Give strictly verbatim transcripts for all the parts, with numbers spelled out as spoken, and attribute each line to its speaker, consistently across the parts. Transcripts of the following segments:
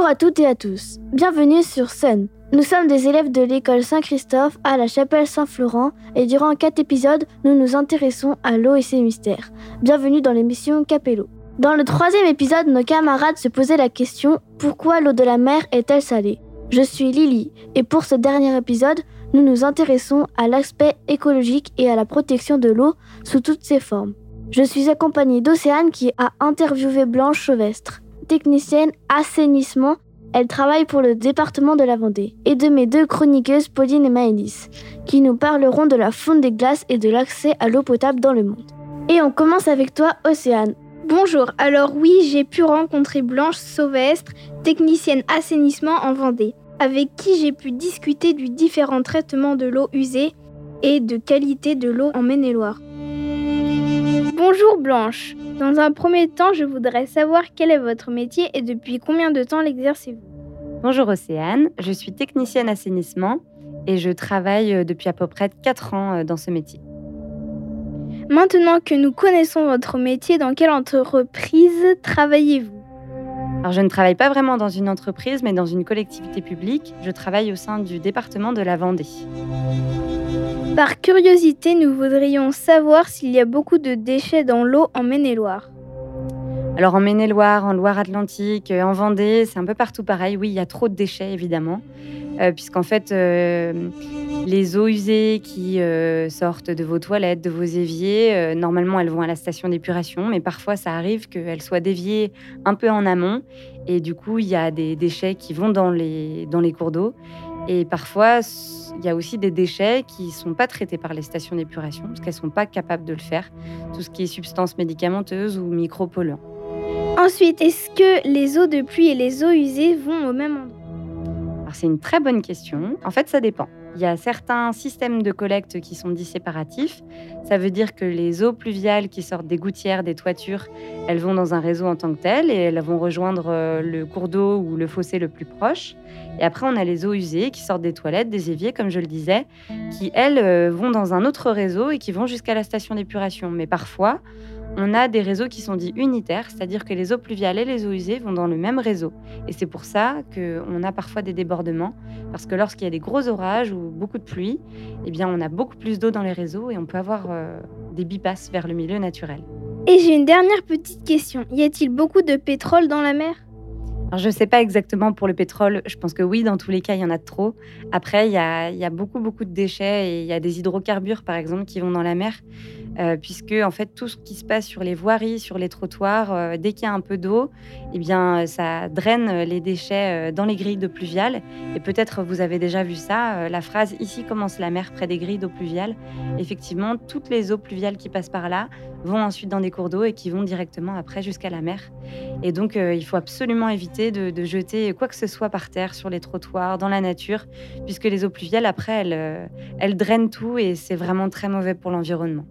Speaker 1: Bonjour à toutes et à tous, bienvenue sur Sun. Nous sommes des élèves de l'école Saint-Christophe à la chapelle Saint-Florent et durant quatre épisodes, nous nous intéressons à l'eau et ses mystères. Bienvenue dans l'émission Capello. Dans le troisième épisode, nos camarades se posaient la question « Pourquoi l'eau de la mer est-elle salée ?» Je suis Lily et pour ce dernier épisode, nous nous intéressons à l'aspect écologique et à la protection de l'eau sous toutes ses formes. Je suis accompagnée d'Océane qui a interviewé Blanche Chauvestre, technicienne assainissement. Elle travaille pour le département de la Vendée, et de mes deux chroniqueuses Pauline et Maëlys, qui nous parleront de la fonte des glaces et de l'accès à l'eau potable dans le monde. Et on commence avec toi, Océane.
Speaker 2: Bonjour, alors oui, j'ai pu rencontrer Blanche Chauvestre, technicienne assainissement en Vendée, avec qui j'ai pu discuter du différent traitement de l'eau usée et de qualité de l'eau en Maine-et-Loire. Bonjour Blanche, dans un premier temps, je voudrais savoir quel est votre métier et depuis combien de temps l'exercez-vous ?
Speaker 3: Bonjour Océane, je suis technicienne assainissement et je travaille depuis à peu près quatre ans dans ce métier.
Speaker 2: Maintenant que nous connaissons votre métier, dans quelle entreprise travaillez-vous ?
Speaker 3: Alors, je ne travaille pas vraiment dans une entreprise, mais dans une collectivité publique. Je travaille au sein du département de la Vendée.
Speaker 2: Par curiosité, nous voudrions savoir s'il y a beaucoup de déchets dans l'eau en Maine-et-Loire.
Speaker 3: Alors en Maine-et-Loire, en Loire-Atlantique, en Vendée, c'est un peu partout pareil. Oui, il y a trop de déchets évidemment, euh, puisqu'en fait, euh, les eaux usées qui euh, sortent de vos toilettes, de vos éviers, euh, normalement elles vont à la station d'épuration, mais parfois ça arrive qu'elles soient déviées un peu en amont, et du coup il y a des déchets qui vont dans les, dans les cours d'eau. Et parfois, il y a aussi des déchets qui ne sont pas traités par les stations d'épuration parce qu'elles ne sont pas capables de le faire. Tout ce qui est substances médicamenteuses ou micropolluants.
Speaker 2: Ensuite, est-ce que les eaux de pluie et les eaux usées vont au même endroit ?
Speaker 3: Alors, c'est une très bonne question. En fait, ça dépend. Il y a certains systèmes de collecte qui sont dits séparatifs. Ça veut dire que les eaux pluviales qui sortent des gouttières, des toitures, elles vont dans un réseau en tant que tel et elles vont rejoindre le cours d'eau ou le fossé le plus proche. Et après, on a les eaux usées qui sortent des toilettes, des éviers, comme je le disais, qui, elles, vont dans un autre réseau et qui vont jusqu'à la station d'épuration. Mais parfois, on a des réseaux qui sont dits unitaires, c'est-à-dire que les eaux pluviales et les eaux usées vont dans le même réseau. Et c'est pour ça qu'on a parfois des débordements, parce que lorsqu'il y a des gros orages ou beaucoup de pluie, eh bien, on a beaucoup plus d'eau dans les réseaux et on peut avoir euh, des bypasses vers le milieu naturel.
Speaker 2: Et j'ai une dernière petite question. Y a-t-il beaucoup de pétrole dans la mer ?
Speaker 3: Alors, je ne sais pas exactement pour le pétrole, je pense que oui, dans tous les cas, il y en a trop. Après, il y a, il y a beaucoup, beaucoup de déchets et il y a des hydrocarbures, par exemple, qui vont dans la mer, euh, puisque, en fait, tout ce qui se passe sur les voiries, sur les trottoirs, euh, dès qu'il y a un peu d'eau, eh bien, ça draine les déchets dans les grilles d'eau pluviale. Et peut-être vous avez déjà vu ça, euh, la phrase « Ici commence la mer près des grilles d'eau pluviale ». Effectivement, toutes les eaux pluviales qui passent par là vont ensuite dans des cours d'eau et qui vont directement après jusqu'à la mer. Et donc, euh, il faut absolument éviter de, de jeter quoi que ce soit par terre, sur les trottoirs, dans la nature, puisque les eaux pluviales, après, elles, euh, elles drainent tout et c'est vraiment très mauvais pour l'environnement.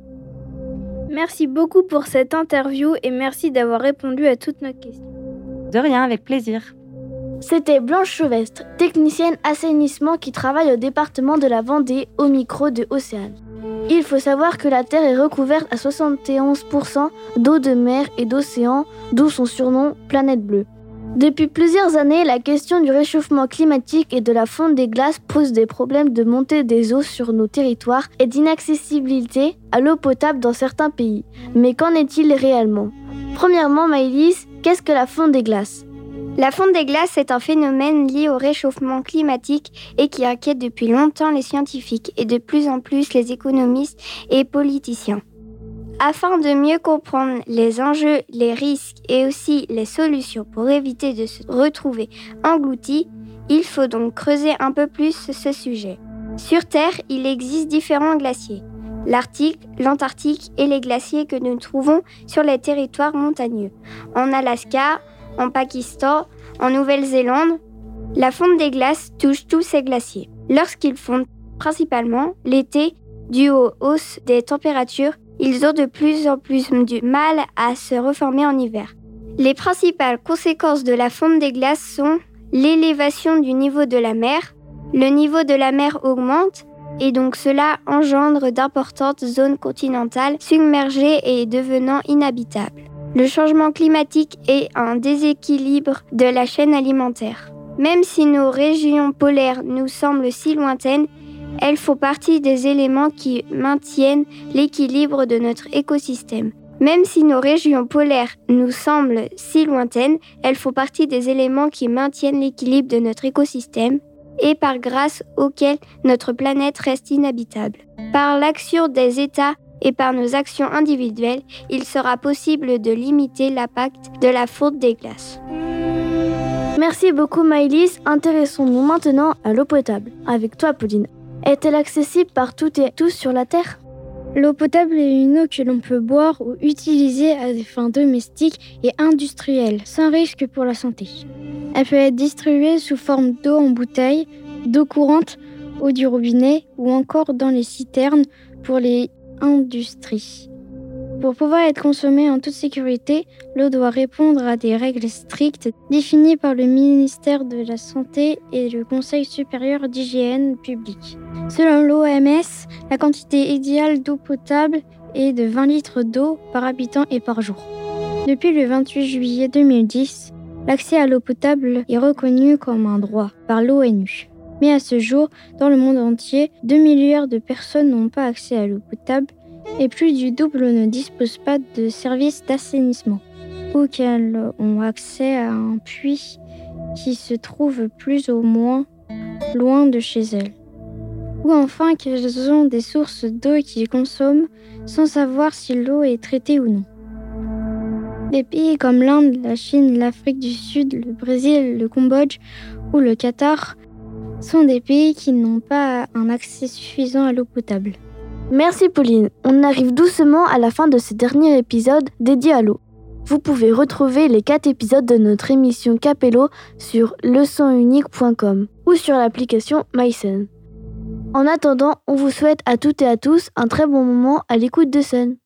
Speaker 2: Merci beaucoup pour cette interview et merci d'avoir répondu à toutes nos questions.
Speaker 3: De rien, avec plaisir.
Speaker 1: C'était Blanche Chauvestre, technicienne assainissement qui travaille au département de la Vendée au micro de Océane. Il faut savoir que la Terre est recouverte à soixante et onze pour cent d'eau de mer et d'océan, d'où son surnom « Planète bleue ». Depuis plusieurs années, la question du réchauffement climatique et de la fonte des glaces pose des problèmes de montée des eaux sur nos territoires et d'inaccessibilité à l'eau potable dans certains pays. Mais qu'en est-il réellement ? Premièrement, Maëlys, qu'est-ce que la fonte des glaces ?
Speaker 4: La fonte des glaces est un phénomène lié au réchauffement climatique et qui inquiète depuis longtemps les scientifiques et de plus en plus les économistes et politiciens. Afin de mieux comprendre les enjeux, les risques et aussi les solutions pour éviter de se retrouver engloutis, il faut donc creuser un peu plus ce sujet. Sur Terre, il existe différents glaciers. L'Arctique, l'Antarctique et les glaciers que nous trouvons sur les territoires montagneux. En Alaska, en Pakistan, en Nouvelle-Zélande, la fonte des glaces touche tous ces glaciers. Lorsqu'ils fondent, principalement l'été, dû aux hausses des températures, ils ont de plus en plus du mal à se reformer en hiver. Les principales conséquences de la fonte des glaces sont l'élévation du niveau de la mer. Le niveau de la mer augmente et donc cela engendre d'importantes zones continentales submergées et devenant inhabitables. Le changement climatique est un déséquilibre de la chaîne alimentaire. Même si nos régions polaires nous semblent si lointaines, elles font partie des éléments qui maintiennent l'équilibre de notre écosystème. Même si nos régions polaires nous semblent si lointaines, elles font partie des éléments qui maintiennent l'équilibre de notre écosystème et par grâce auxquels notre planète reste inhabitable. Par l'action des États et par nos actions individuelles, il sera possible de limiter l'impact de la fonte des glaces.
Speaker 1: Merci beaucoup Maëlys. Intéressons-nous maintenant à l'eau potable. Avec toi Pauline. Est-elle accessible par toutes et tous sur la Terre ?
Speaker 2: L'eau potable est une eau que l'on peut boire ou utiliser à des fins domestiques et industrielles, sans risque pour la santé. Elle peut être distribuée sous forme d'eau en bouteille, d'eau courante, eau du robinet ou encore dans les citernes pour les industries. Pour pouvoir être consommée en toute sécurité, l'eau doit répondre à des règles strictes définies par le ministère de la Santé et le Conseil supérieur d'hygiène publique. Selon l'O M S, la quantité idéale d'eau potable est de vingt litres d'eau par habitant et par jour. Depuis le vingt-huit juillet deux mille dix, l'accès à l'eau potable est reconnu comme un droit par l'ONU. Mais à ce jour, dans le monde entier, deux milliards de personnes n'ont pas accès à l'eau potable et plus du double ne disposent pas de services d'assainissement ou qu'elles ont accès à un puits qui se trouve plus ou moins loin de chez elles. Ou enfin qu'elles ont des sources d'eau qu'ils consomment sans savoir si l'eau est traitée ou non. Des pays comme l'Inde, la Chine, l'Afrique du Sud, le Brésil, le Cambodge ou le Qatar sont des pays qui n'ont pas un accès suffisant à l'eau potable.
Speaker 1: Merci Pauline. On arrive doucement à la fin de ce dernier épisode dédié à l'eau. Vous pouvez retrouver les quatre épisodes de notre émission Capello sur leçon unique point com ou sur l'application MySun. En attendant, on vous souhaite à toutes et à tous un très bon moment à l'écoute de Sun.